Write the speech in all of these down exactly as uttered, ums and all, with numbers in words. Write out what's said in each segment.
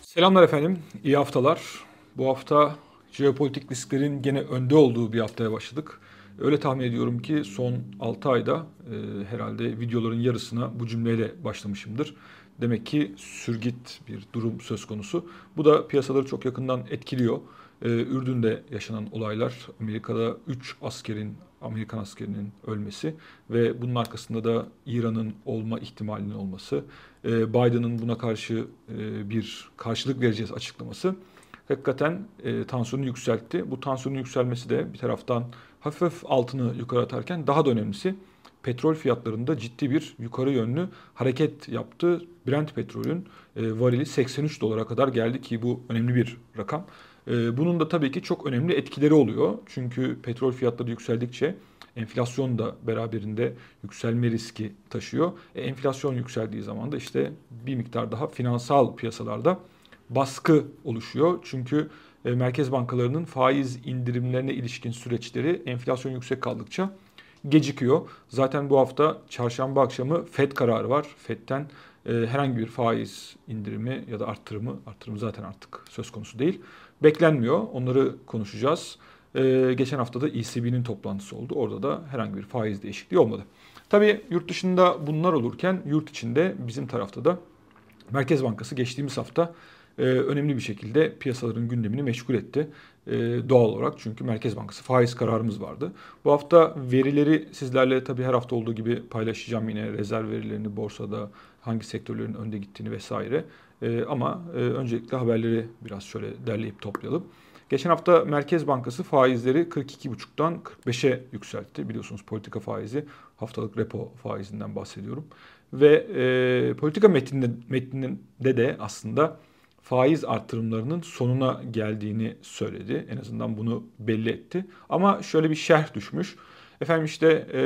Selamlar efendim, iyi haftalar. Bu hafta jeopolitik risklerin gene önde olduğu bir haftaya başladık. Öyle tahmin ediyorum ki son altı ayda e, herhalde videoların yarısına bu cümleyle başlamışımdır. Demek ki sürgit bir durum söz konusu. Bu da piyasaları çok yakından etkiliyor. E, Ürdün'de yaşanan olaylar, Amerika'da üç askerin, Amerikan askerinin ölmesi ve bunun arkasında da İran'ın olma ihtimalinin olması, e, Biden'ın buna karşı e, bir karşılık vereceğiz açıklaması hakikaten e, tansiyonu yükseltti. Bu tansiyonun yükselmesi de bir taraftan hafif hafif altını yukarı atarken daha da önemlisi petrol fiyatlarında ciddi bir yukarı yönlü hareket yaptı. Brent petrolün e, varili seksen üç dolara kadar geldi ki bu önemli bir rakam. E, bunun da tabii ki çok önemli etkileri oluyor. Çünkü petrol fiyatları yükseldikçe enflasyon da beraberinde yükselme riski taşıyor. E, enflasyon yükseldiği zaman da işte bir miktar daha finansal piyasalarda baskı oluşuyor. Çünkü e, merkez bankalarının faiz indirimlerine ilişkin süreçleri enflasyon yüksek kaldıkça gecikiyor. Zaten bu hafta çarşamba akşamı Fed kararı var. Fed'den e, herhangi bir faiz indirimi ya da arttırımı, arttırımı zaten artık söz konusu değil, beklenmiyor. Onları konuşacağız. E, geçen hafta da E C B'nin toplantısı oldu. Orada da herhangi bir faiz değişikliği olmadı. Tabii yurt dışında bunlar olurken yurt içinde bizim tarafta da Merkez Bankası geçtiğimiz hafta e, önemli bir şekilde piyasaların gündemini meşgul etti. E, doğal olarak çünkü Merkez Bankası faiz kararımız vardı. Bu hafta verileri sizlerle tabii her hafta olduğu gibi paylaşacağım yine rezerv verilerini borsada hangi sektörlerin önde gittiğini vesaire. E, ama e, öncelikle haberleri biraz şöyle derleyip toplayalım. Geçen hafta Merkez Bankası faizleri kırk iki buçuktan kırk beşe yükseltti. Biliyorsunuz politika faizi, haftalık repo faizinden bahsediyorum. Ve e, politika metninde, metninde de aslında faiz artırımlarının sonuna geldiğini söyledi. En azından bunu belli etti. Ama şöyle bir şerh düşmüş. Efendim işte e,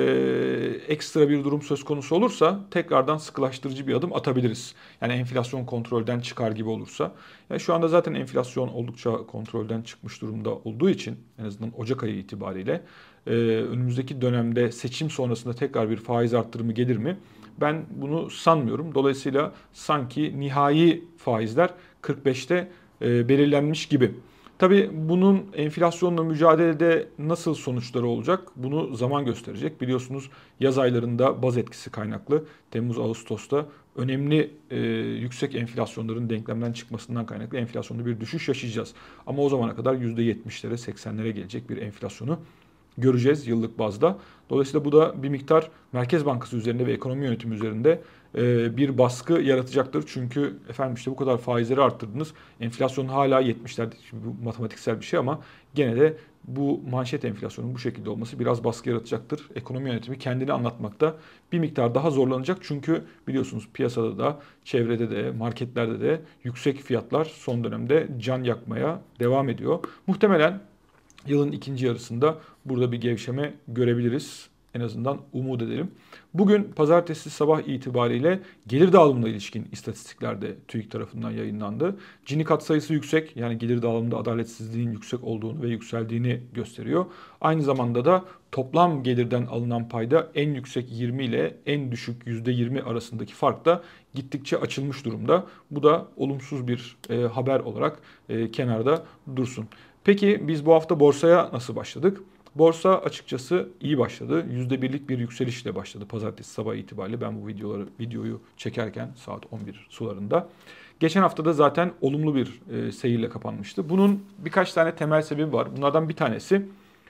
ekstra bir durum söz konusu olursa tekrardan sıkılaştırıcı bir adım atabiliriz. Yani enflasyon kontrolden çıkar gibi olursa. Yani şu anda zaten enflasyon oldukça kontrolden çıkmış durumda olduğu için en azından Ocak ayı itibariyle e, önümüzdeki dönemde seçim sonrasında tekrar bir faiz artırımı gelir mi? Ben bunu sanmıyorum. Dolayısıyla sanki nihai faizler kırk beşte e, belirlenmiş gibi. Tabii bunun enflasyonla mücadelede nasıl sonuçları olacak? Bunu zaman gösterecek. Biliyorsunuz yaz aylarında baz etkisi kaynaklı Temmuz-Ağustos'ta önemli e, yüksek enflasyonların denklemden çıkmasından kaynaklı enflasyonda bir düşüş yaşayacağız. Ama o zamana kadar yüzde yetmişlere seksenlere gelecek bir enflasyonu göreceğiz yıllık bazda. Dolayısıyla bu da bir miktar Merkez Bankası üzerinde ve ekonomi yönetimi üzerinde e, bir baskı yaratacaktır. Çünkü efendim işte bu kadar faizleri arttırdınız. Enflasyon hala yetmişlerde. Şimdi bu matematiksel bir şey ama gene de bu manşet enflasyonun bu şekilde olması biraz baskı yaratacaktır. Ekonomi yönetimi kendini anlatmakta bir miktar daha zorlanacak. Çünkü biliyorsunuz piyasada da, çevrede de, marketlerde de yüksek fiyatlar son dönemde can yakmaya devam ediyor. Muhtemelen yılın ikinci yarısında burada bir gevşeme görebiliriz. En azından umut edelim. Bugün pazartesi sabah itibariyle gelir dağılımına ilişkin istatistikler de TÜİK tarafından yayınlandı. Gini katsayısı yüksek, yani gelir dağılımında adaletsizliğin yüksek olduğunu ve yükseldiğini gösteriyor. Aynı zamanda da toplam gelirden alınan payda en yüksek yirmi ile en düşük yüzde yirmi arasındaki fark da gittikçe açılmış durumda. Bu da olumsuz bir e, haber olarak e, kenarda dursun. Peki biz bu hafta borsaya nasıl başladık? Borsa açıkçası iyi başladı. yüzde birlik bir yükselişle başladı pazartesi sabah itibariyle. Ben bu videoları videoyu çekerken saat on bir sularında. Geçen hafta da zaten olumlu bir e, seyirle kapanmıştı. Bunun birkaç tane temel sebebi var. Bunlardan bir tanesi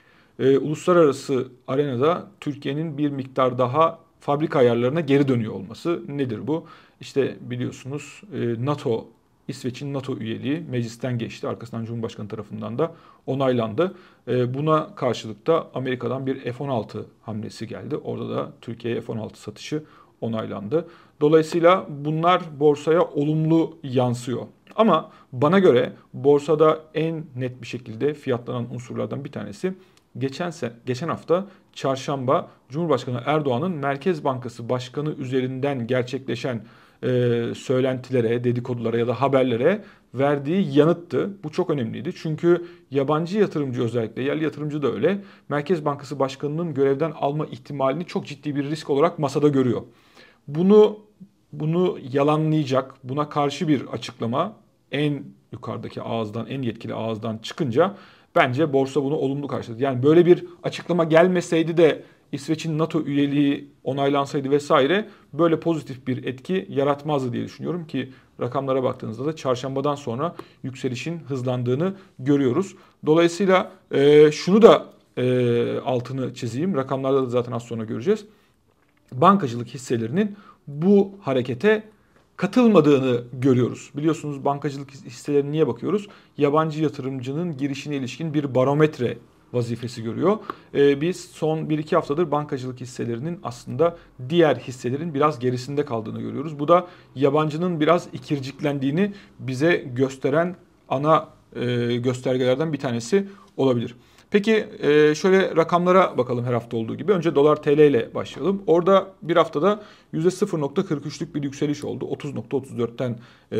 e, uluslararası arenada Türkiye'nin bir miktar daha fabrika ayarlarına geri dönüyor olması. Nedir bu? İşte biliyorsunuz e, NATO İsveç'in NATO üyeliği meclisten geçti. Arkasından Cumhurbaşkanı tarafından da onaylandı. Buna karşılık da Amerika'dan bir F on altı hamlesi geldi. Orada da Türkiye'ye F on altı satışı onaylandı. Dolayısıyla bunlar borsaya olumlu yansıyor. Ama bana göre borsada en net bir şekilde fiyatlanan unsurlardan bir tanesi geçen sen, geçen hafta çarşamba Cumhurbaşkanı Erdoğan'ın Merkez Bankası Başkanı üzerinden gerçekleşen e, söylentilere, dedikodulara ya da haberlere verdiği yanıttı. Bu çok önemliydi. Çünkü yabancı yatırımcı, özellikle yerli yatırımcı da öyle, Merkez Bankası Başkanı'nın görevden alma ihtimalini çok ciddi bir risk olarak masada görüyor. Bunu bunu yalanlayacak, buna karşı bir açıklama en yukarıdaki ağızdan, en yetkili ağızdan çıkınca bence borsa bunu olumlu karşıladı. Yani böyle bir açıklama gelmeseydi de İsveç'in NATO üyeliği onaylansaydı vesaire böyle pozitif bir etki yaratmazdı diye düşünüyorum ki rakamlara baktığınızda da çarşambadan sonra yükselişin hızlandığını görüyoruz. Dolayısıyla e, şunu da e, altını çizeyim. Rakamlarda da zaten az sonra göreceğiz. Bankacılık hisselerinin bu harekete katılmadığını görüyoruz. Biliyorsunuz bankacılık hisselerine niye bakıyoruz? Yabancı yatırımcının girişine ilişkin bir barometre vazifesi görüyor. Ee, biz son bir iki haftadır bankacılık hisselerinin aslında diğer hisselerin biraz gerisinde kaldığını görüyoruz. Bu da yabancının biraz ikirciklendiğini bize gösteren ana e, göstergelerden bir tanesi olabilir. Peki şöyle rakamlara bakalım her hafta olduğu gibi. Önce dolar T L ile başlayalım. Orada bir haftada yüzde sıfır nokta kırk üçlük bir yükseliş oldu. otuz nokta otuz dörtten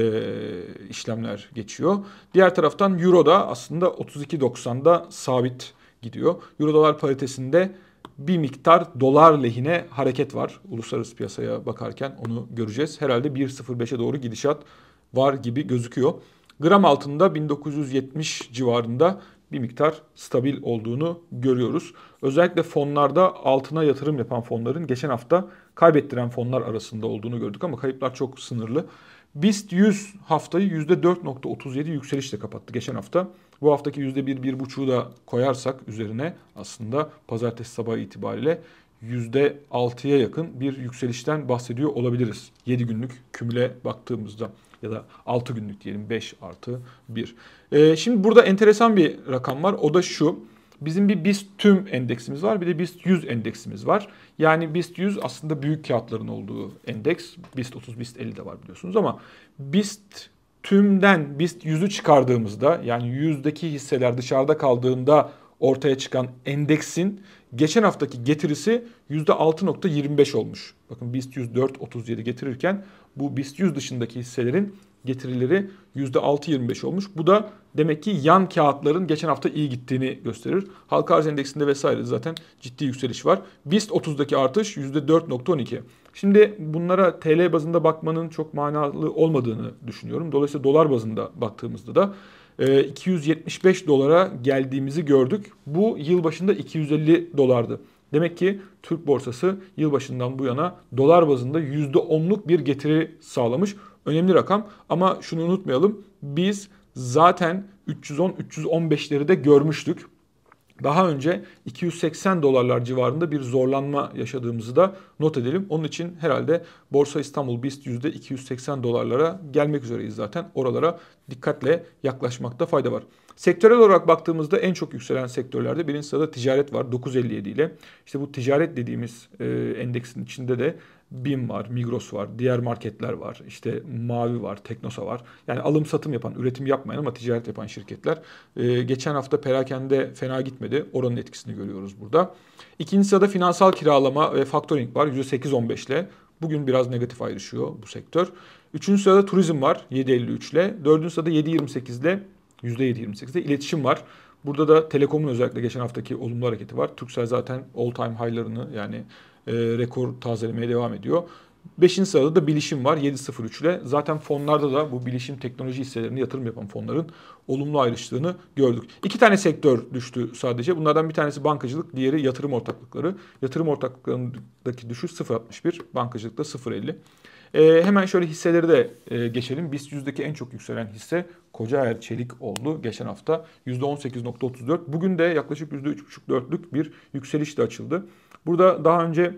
işlemler geçiyor. Diğer taraftan Euro da aslında otuz iki doksanda sabit gidiyor. Euro dolar paritesinde bir miktar dolar lehine hareket var. Uluslararası piyasaya bakarken onu göreceğiz. Herhalde bir nokta sıfır beşe doğru gidişat var gibi gözüküyor. Gram altında bin dokuz yüz yetmiş civarında bir miktar stabil olduğunu görüyoruz. Özellikle fonlarda altına yatırım yapan fonların geçen hafta kaybettiren fonlar arasında olduğunu gördük ama kayıplar çok sınırlı. BIST yüz haftayı yüzde dört nokta otuz yedi yükselişle kapattı geçen hafta. Bu haftaki yüzde bir bir buçuğu da koyarsak üzerine aslında pazartesi sabahı itibariyle yüzde altıya yakın bir yükselişten bahsediyor olabiliriz. yedi günlük kümüle baktığımızda ya da altı günlük diyelim beş artı bir. Ee, şimdi burada enteresan bir rakam var. O da şu. Bizim bir BIST tüm endeksimiz var. Bir de BIST yüz endeksimiz var. Yani BIST yüz aslında büyük kağıtların olduğu endeks. BIST otuz, BIST elli de var biliyorsunuz ama BIST tümden BIST yüzü çıkardığımızda yani yüzdeki hisseler dışarıda kaldığında ortaya çıkan endeksin geçen haftaki getirisi yüzde altı nokta yirmi beş olmuş. Bakın BIST yüz dört nokta otuz yedi getirirken bu BIST yüz dışındaki hisselerin getirileri yüzde altı nokta yirmi beş olmuş. Bu da demek ki yan kağıtların geçen hafta iyi gittiğini gösterir. Halka arz endeksinde vesaire zaten ciddi yükseliş var. BIST otuzdaki artış yüzde dört nokta on iki. Şimdi bunlara T L bazında bakmanın çok manalı olmadığını düşünüyorum. Dolayısıyla dolar bazında baktığımızda da iki yüz yetmiş beş dolara geldiğimizi gördük. Bu yıl başında iki yüz elli dolardı. Demek ki Türk borsası yılbaşından bu yana dolar bazında yüzde onluk bir getiri sağlamış. Önemli rakam ama şunu unutmayalım. Biz zaten üç yüz on üç yüz on beşleri de görmüştük. Daha önce iki yüz seksen dolarlar civarında bir zorlanma yaşadığımızı da not edelim. Onun için herhalde Borsa İstanbul BIST yüzde iki yüz seksen dolarlara gelmek üzereyiz zaten. Oralara dikkatle yaklaşmakta fayda var. Sektörel olarak baktığımızda en çok yükselen sektörlerde birinci sırada ticaret var dokuz elli yedi ile. İşte bu ticaret dediğimiz e, endeksin içinde de BİM var, Migros var, diğer marketler var, işte Mavi var, Teknosa var. Yani alım satım yapan, üretim yapmayan ama ticaret yapan şirketler. Ee, geçen hafta perakende fena gitmedi. Oranın etkisini görüyoruz burada. İkinci sırada finansal kiralama ve factoring var yüzde sekiz on beş ile. Bugün biraz negatif ayrışıyor bu sektör. Üçüncü sırada turizm var yedi elli üç ile. Dördüncü sırada yedi yirmi sekiz ile, yüzde yedi yirmi sekizde iletişim var. Burada da Telekom'un özellikle geçen haftaki olumlu hareketi var. Turkcell zaten all time high'larını yani e, rekor tazelemeye devam ediyor. Beşinci sırada da bilişim var yedi sıfır üç ile. Zaten fonlarda da bu bilişim teknoloji hisselerine yatırım yapan fonların olumlu ayrıştığını gördük. İki tane sektör düştü sadece. Bunlardan bir tanesi bankacılık, diğeri yatırım ortaklıkları. Yatırım ortaklıklarındaki düşüş sıfır virgül altmış bir, bankacılıkta sıfır virgül elli. Ee, hemen şöyle hisseleri de e, geçelim. BIST yüzdeki en çok yükselen hisse Kocaer Çelik oldu geçen hafta. yüzde on sekiz nokta otuz dört. Bugün de yaklaşık yüzde üç buçuk dörtlük bir yükselişle açıldı. Burada daha önce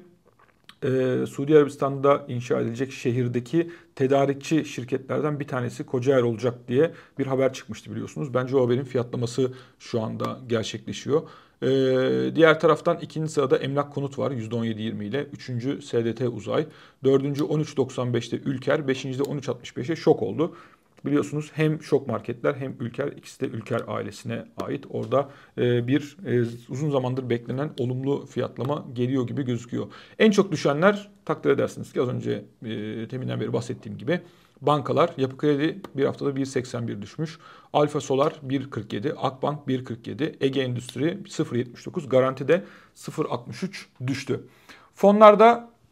e, Suudi Arabistan'da inşa edilecek şehirdeki tedarikçi şirketlerden bir tanesi Kocaer olacak diye bir haber çıkmıştı biliyorsunuz. Bence o haberin fiyatlaması şu anda gerçekleşiyor. Ee, diğer taraftan ikinci sırada Emlak Konut var yüzde on yedi yirmi ile. Üçüncü S D T Uzay. Dördüncü on üç doksan beşte Ülker. Beşinci de on üç altmış beşe Şok oldu. Biliyorsunuz hem Şok Marketler hem Ülker, ikisi de Ülker ailesine ait. Orada e, bir e, uzun zamandır beklenen olumlu fiyatlama geliyor gibi gözüküyor. En çok düşenler takdir edersiniz ki az önce e, teminden beri bahsettiğim gibi bankalar. Yapı Kredi bir haftada bir virgül seksen bir düşmüş. Alfa Solar bir virgül kırk yedi, Akbank bir virgül kırk yedi, Ege Endüstri sıfır virgül yetmiş dokuz, Garanti de sıfır virgül altmış üç düştü. Fonlarda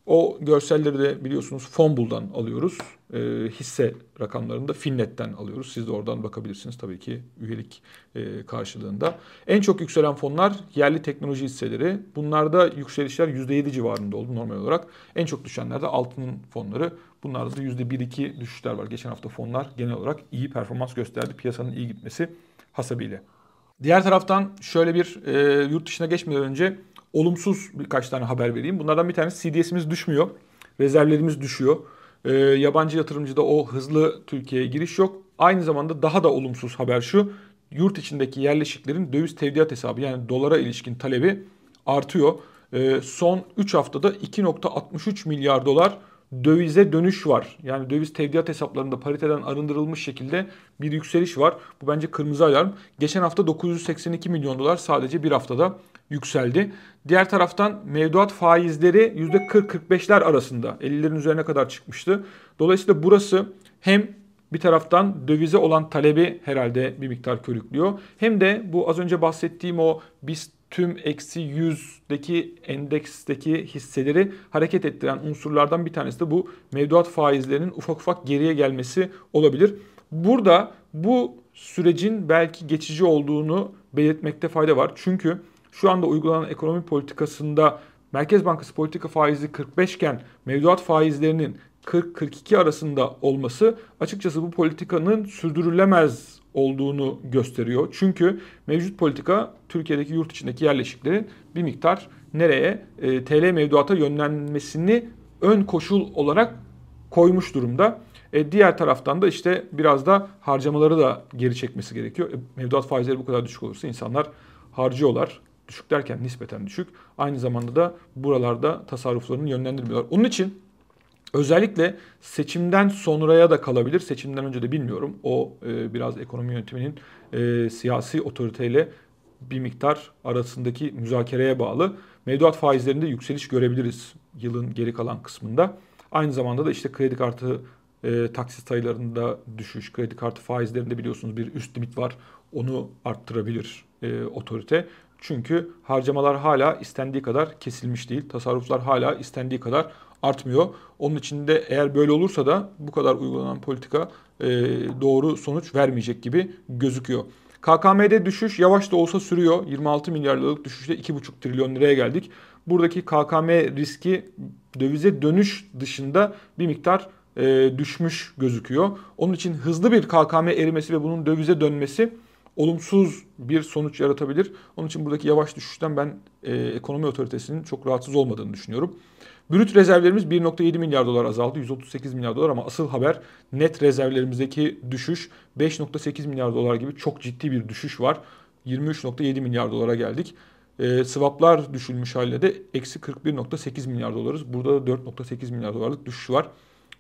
O görselleri de biliyorsunuz Fonbul'dan alıyoruz. E, hisse rakamlarını da Finnet'ten alıyoruz. Siz de oradan bakabilirsiniz tabii ki üyelik e, karşılığında. En çok yükselen fonlar yerli teknoloji hisseleri. Bunlarda yükselişler yüzde yedi civarında oldu normal olarak. En çok düşenler de altının fonları. Bunlarda da yüzde bir iki düşüşler var. Geçen hafta fonlar genel olarak iyi performans gösterdi. Piyasanın iyi gitmesi hasebiyle. Diğer taraftan şöyle bir e, yurt dışına geçmeden önce olumsuz birkaç tane haber vereyim. Bunlardan bir tanesi C D S'imiz düşmüyor. Rezervlerimiz düşüyor. E, yabancı yatırımcıda o hızlı Türkiye'ye giriş yok. Aynı zamanda daha da olumsuz haber şu. Yurt içindeki yerleşiklerin döviz tevdiat hesabı yani dolara ilişkin talebi artıyor. E, son üç haftada iki nokta altmış üç milyar dolar dövize dönüş var. Yani döviz tevdiat hesaplarında pariteden arındırılmış şekilde bir yükseliş var. Bu bence kırmızı alarm. Geçen hafta dokuz yüz seksen iki milyon dolar sadece bir haftada yükseldi. Diğer taraftan mevduat faizleri yüzde kırk kırk beşler arasında ellilerin üzerine kadar çıkmıştı. Dolayısıyla burası hem bir taraftan dövize olan talebi herhalde bir miktar körüklüyor. Hem de bu az önce bahsettiğim o biz tüm eksi yüzdeki endeksteki hisseleri hareket ettiren unsurlardan bir tanesi de bu mevduat faizlerinin ufak ufak geriye gelmesi olabilir. Burada bu sürecin belki geçici olduğunu belirtmekte fayda var. Çünkü şu anda uygulanan ekonomi politikasında Merkez Bankası politika faizi kırk beş iken mevduat faizlerinin kırk kırk iki arasında olması açıkçası bu politikanın sürdürülemez olduğunu gösteriyor. Çünkü mevcut politika Türkiye'deki yurt içindeki yerleşiklerin bir miktar nereye e, T L mevduata yönlenmesini ön koşul olarak koymuş durumda. E, diğer taraftan da işte biraz da harcamaları da geri çekmesi gerekiyor. E, mevduat faizleri bu kadar düşük olursa insanlar harcıyorlar. Düşük derken nispeten düşük. Aynı zamanda da buralarda tasarruflarını yönlendirmiyorlar. Onun için özellikle seçimden sonraya da kalabilir. Seçimden önce de bilmiyorum. O e, biraz ekonomi yönetiminin e, siyasi otoriteyle bir miktar arasındaki müzakereye bağlı. Mevduat faizlerinde yükseliş görebiliriz yılın geri kalan kısmında. Aynı zamanda da işte kredi kartı e, taksit sayılarında düşüş, kredi kartı faizlerinde biliyorsunuz bir üst limit var. Onu arttırabilir e, otorite. Çünkü harcamalar hala istendiği kadar kesilmiş değil. Tasarruflar hala istendiği kadar artmıyor. Onun için de eğer böyle olursa da bu kadar uygulanan politika e, doğru sonuç vermeyecek gibi gözüküyor. K K M'de düşüş yavaş da olsa sürüyor. yirmi altı milyar liralık düşüşle iki buçuk trilyon liraya geldik. Buradaki K K M riski dövize dönüş dışında bir miktar e, düşmüş gözüküyor. Onun için hızlı bir K K M erimesi ve bunun dövize dönmesi olumsuz bir sonuç yaratabilir. Onun için buradaki yavaş düşüşten ben e, ekonomi otoritesinin çok rahatsız olmadığını düşünüyorum. Brüt rezervlerimiz bir nokta yedi milyar dolar azaldı. yüz otuz sekiz milyar dolar ama asıl haber net rezervlerimizdeki düşüş. beş nokta sekiz milyar dolar gibi çok ciddi bir düşüş var. yirmi üç nokta yedi milyar dolara geldik. E, swaplar düşülmüş halde de eksi kırk bir nokta sekiz milyar dolarız. Burada da dört nokta sekiz milyar dolarlık düşüş var.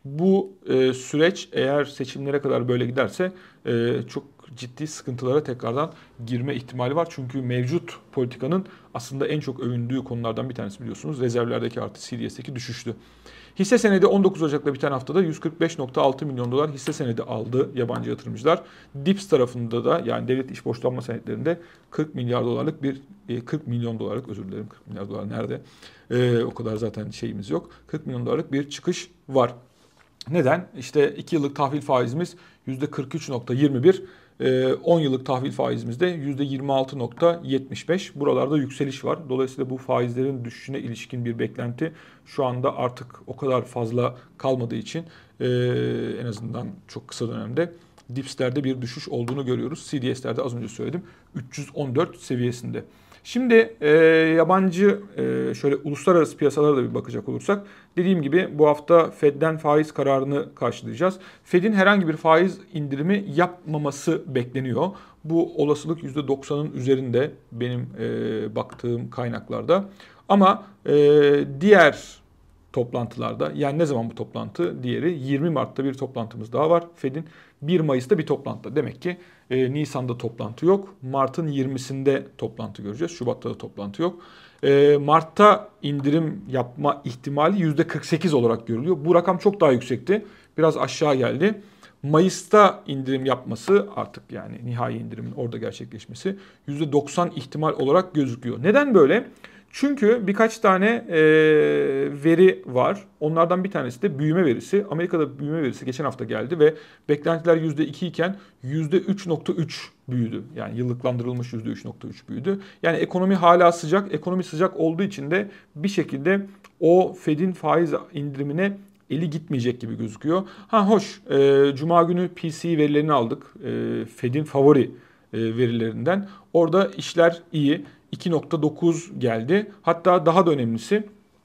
Bu e, süreç eğer seçimlere kadar böyle giderse e, çok ciddi sıkıntılara tekrardan girme ihtimali var. Çünkü mevcut politikanın aslında en çok övündüğü konulardan bir tanesi biliyorsunuz rezervlerdeki artı C D S'teki düşüştü. Hisse senedi on dokuz Ocak'ta biten haftada yüz kırk beş nokta altı milyon dolar hisse senedi aldı yabancı yatırımcılar. D I P S tarafında da yani devlet iş borçlanma senetlerinde kırk milyar dolarlık bir kırk milyon dolarlık özür dilerim kırk milyar dolar nerede? E, o kadar zaten şeyimiz yok. kırk milyon dolarlık bir çıkış var. Neden? İşte iki yıllık tahvil faizimiz yüzde kırk üç nokta yirmi bir, on yıllık tahvil faizimiz de yüzde yirmi altı nokta yetmiş beş. Buralarda yükseliş var. Dolayısıyla bu faizlerin düşüşüne ilişkin bir beklenti şu anda artık o kadar fazla kalmadığı için en azından çok kısa dönemde D I P S'lerde bir düşüş olduğunu görüyoruz. C D S'lerde az önce söyledim üç yüz on dört seviyesinde. Şimdi e, yabancı e, şöyle uluslararası piyasalara da bir bakacak olursak dediğim gibi bu hafta Fed'den faiz kararını karşılayacağız. Fed'in herhangi bir faiz indirimi yapmaması bekleniyor. Bu olasılık yüzde doksanın üzerinde benim e, baktığım kaynaklarda. Ama e, diğer toplantılarda yani ne zaman bu toplantı? Diğeri yirmi Mart'ta bir toplantımız daha var. Fed'in bir Mayıs'ta bir toplantı. Demek ki e, Nisan'da toplantı yok. Mart'ın yirmisinde toplantı göreceğiz. Şubat'ta da toplantı yok. E, Mart'ta indirim yapma ihtimali yüzde kırk sekiz olarak görülüyor. Bu rakam çok daha yüksekti. Biraz aşağı geldi. Mayıs'ta indirim yapması artık yani nihai indirimin orada gerçekleşmesi yüzde doksan ihtimal olarak gözüküyor. Neden böyle? Çünkü birkaç tane e, veri var. Onlardan bir tanesi de büyüme verisi. Amerika'da büyüme verisi geçen hafta geldi ve beklentiler yüzde iki iken yüzde üç nokta üç büyüdü. Yani yıllıklandırılmış yüzde üç nokta üç büyüdü. Yani ekonomi hala sıcak. Ekonomi sıcak olduğu için de bir şekilde o Fed'in faiz indirimine eli gitmeyecek gibi gözüküyor. Ha hoş, e, Cuma günü P C E verilerini aldık. E, Fed'in favori e, verilerinden. Orada işler iyi. iki nokta dokuz geldi. Hatta daha da önemlisi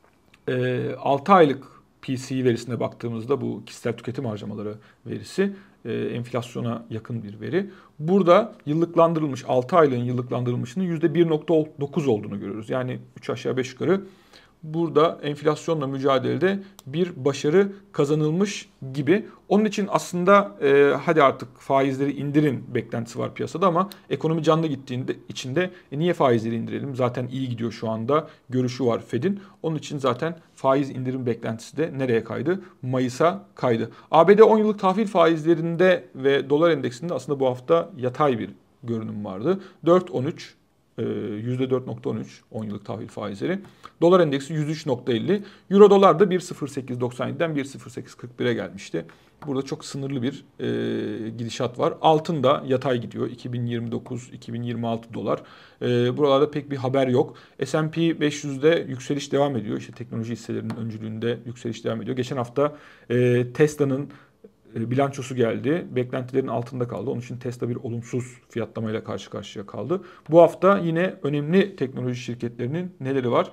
e, altı aylık P C E verisine baktığımızda bu kişisel tüketim harcamaları verisi e, enflasyona yakın bir veri. Burada yıllıklandırılmış altı aylığın yıllıklandırılmışının yüzde bir nokta dokuz olduğunu görüyoruz. Yani üç aşağı beş yukarı burada enflasyonla mücadelede bir başarı kazanılmış gibi. Onun için aslında e, hadi artık faizleri indirin beklentisi var piyasada ama ekonomi canlı gittiğinde içinde e, niye faizleri indirelim? Zaten iyi gidiyor şu anda görüşü var Fed'in. Onun için zaten faiz indirim beklentisi de nereye kaydı? Mayıs'a kaydı. A B D on yıllık tahvil faizlerinde ve dolar endeksinde aslında bu hafta yatay bir görünüm vardı. dört nokta on üç yüzde dört nokta on üç on yıllık tahvil faizleri. Dolar endeksi yüz üç nokta elli. Euro dolar da bir nokta sıfır sekiz doksan yedi'den bir nokta sıfır sekiz kırk bir'e gelmişti. Burada çok sınırlı bir e, gidişat var. Altın da yatay gidiyor. iki bin yirmi dokuz iki bin yirmi altı dolar. E, buralarda pek bir haber yok. S and P beş yüz'de yükseliş devam ediyor. İşte teknoloji hisselerinin öncülüğünde yükseliş devam ediyor. Geçen hafta e, Tesla'nın bilançosu geldi. Beklentilerin altında kaldı. Onun için Tesla bir olumsuz fiyatlamayla karşı karşıya kaldı. Bu hafta yine önemli teknoloji şirketlerinin neleri var?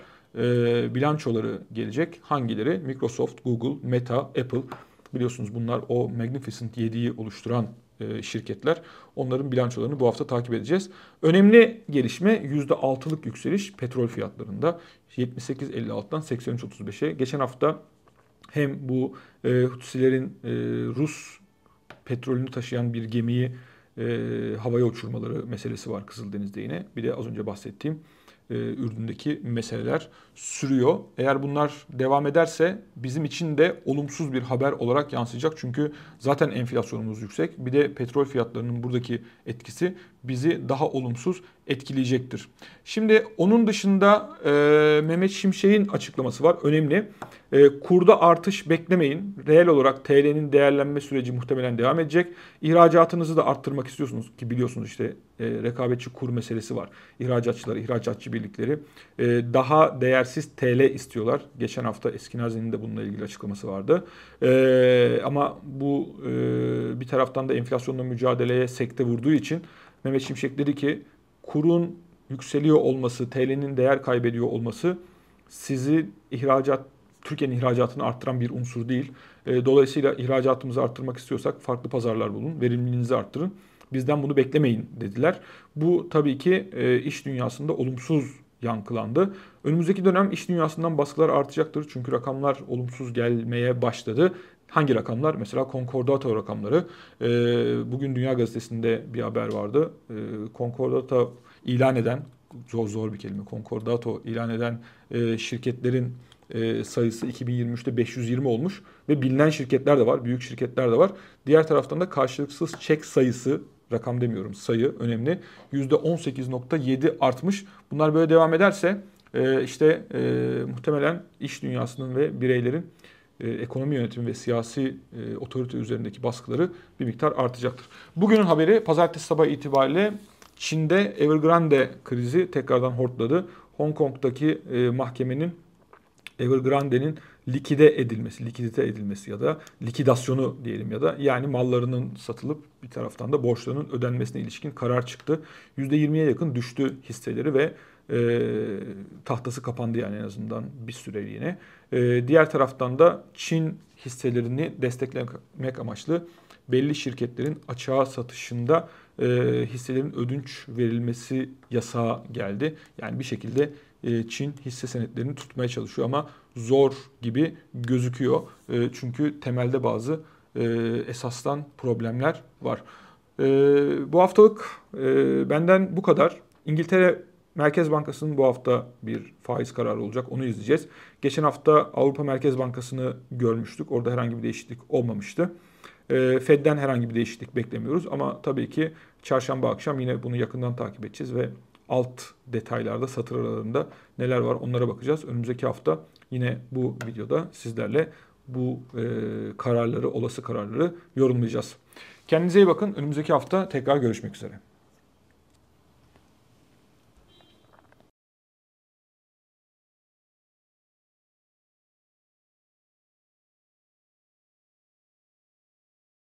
E, bilançoları gelecek. Hangileri? Microsoft, Google, Meta, Apple. Biliyorsunuz bunlar o Magnificent yedi'yi oluşturan e, şirketler. Onların bilançolarını bu hafta takip edeceğiz. Önemli gelişme yüzde altı'lık yükseliş petrol fiyatlarında. yetmiş sekiz elli altı'dan seksen üç otuz beş'e. Geçen hafta hem bu e, Hutsilerin e, Rus petrolünü taşıyan bir gemiyi e, havaya uçurmaları meselesi var Kızıldeniz'de yine. Bir de az önce bahsettiğim e, Ürdün'deki meseleler sürüyor. Eğer bunlar devam ederse bizim için de olumsuz bir haber olarak yansıyacak. Çünkü zaten enflasyonumuz yüksek. Bir de petrol fiyatlarının buradaki etkisi bizi daha olumsuz etkileyecektir. Şimdi onun dışında e, Mehmet Şimşek'in açıklaması var. Önemli. E, kurda artış beklemeyin. Reel olarak T L'nin değerlenme süreci muhtemelen devam edecek. İhracatınızı da arttırmak istiyorsunuz ki biliyorsunuz işte e, rekabetçi kur meselesi var. İhracatçılar, ihracatçı birlikleri e, daha değersiz T L istiyorlar. Geçen hafta Eskinazi'nin de bununla ilgili açıklaması vardı. E, ama bu e, bir taraftan da enflasyonla mücadeleye sekte vurduğu için Mehmet Şimşek dedi ki kurun yükseliyor olması, T L'nin değer kaybediyor olması sizi ihracat, Türkiye'nin ihracatını arttıran bir unsur değil. Dolayısıyla ihracatımızı arttırmak istiyorsak farklı pazarlar bulun, verimliliğinizi arttırın. Bizden bunu beklemeyin dediler. Bu tabii ki iş dünyasında olumsuz yankılandı. Önümüzdeki dönem iş dünyasından baskılar artacaktır. Çünkü rakamlar olumsuz gelmeye başladı. Hangi rakamlar? Mesela Concordato rakamları. Bugün Dünya Gazetesi'nde bir haber vardı. Concordato ilan eden, zor zor bir kelime, Concordato ilan eden şirketlerin sayısı iki bin yirmi üç'te beş yüz yirmi olmuş ve bilinen şirketler de var, büyük şirketler de var. Diğer taraftan da karşılıksız çek sayısı, rakam demiyorum sayı önemli, yüzde on sekiz nokta yedi artmış. Bunlar böyle devam ederse işte muhtemelen iş dünyasının ve bireylerin ekonomi yönetimi ve siyasi otorite üzerindeki baskıları bir miktar artacaktır. Bugünün haberi pazartesi sabahı itibariyle Çin'de Evergrande krizi tekrardan hortladı. Hong Kong'daki mahkemenin Evergrande'nin likide edilmesi, likidite edilmesi ya da likidasyonu diyelim ya da yani mallarının satılıp bir taraftan da borçlarının ödenmesine ilişkin karar çıktı. yüzde yirmi'ye yakın düştü hisseleri ve e, tahtası kapandı yani en azından bir süreliğine. E, diğer taraftan da Çin hisselerini desteklemek amaçlı belli şirketlerin açığa satışında e, hisselerin ödünç verilmesi yasağı geldi. Yani bir şekilde Çin hisse senetlerini tutmaya çalışıyor ama zor gibi gözüküyor. Çünkü temelde bazı esasdan problemler var. Bu haftalık benden bu kadar. İngiltere Merkez Bankası'nın bu hafta bir faiz kararı olacak. Onu izleyeceğiz. Geçen hafta Avrupa Merkez Bankası'nı görmüştük. Orada herhangi bir değişiklik olmamıştı. Fed'den herhangi bir değişiklik beklemiyoruz. Ama tabii ki çarşamba akşam yine bunu yakından takip edeceğiz ve alt detaylarda, satır aralarında neler var onlara bakacağız. Önümüzdeki hafta yine bu videoda sizlerle bu e, kararları, olası kararları yorumlayacağız. Kendinize iyi bakın. Önümüzdeki hafta tekrar görüşmek üzere.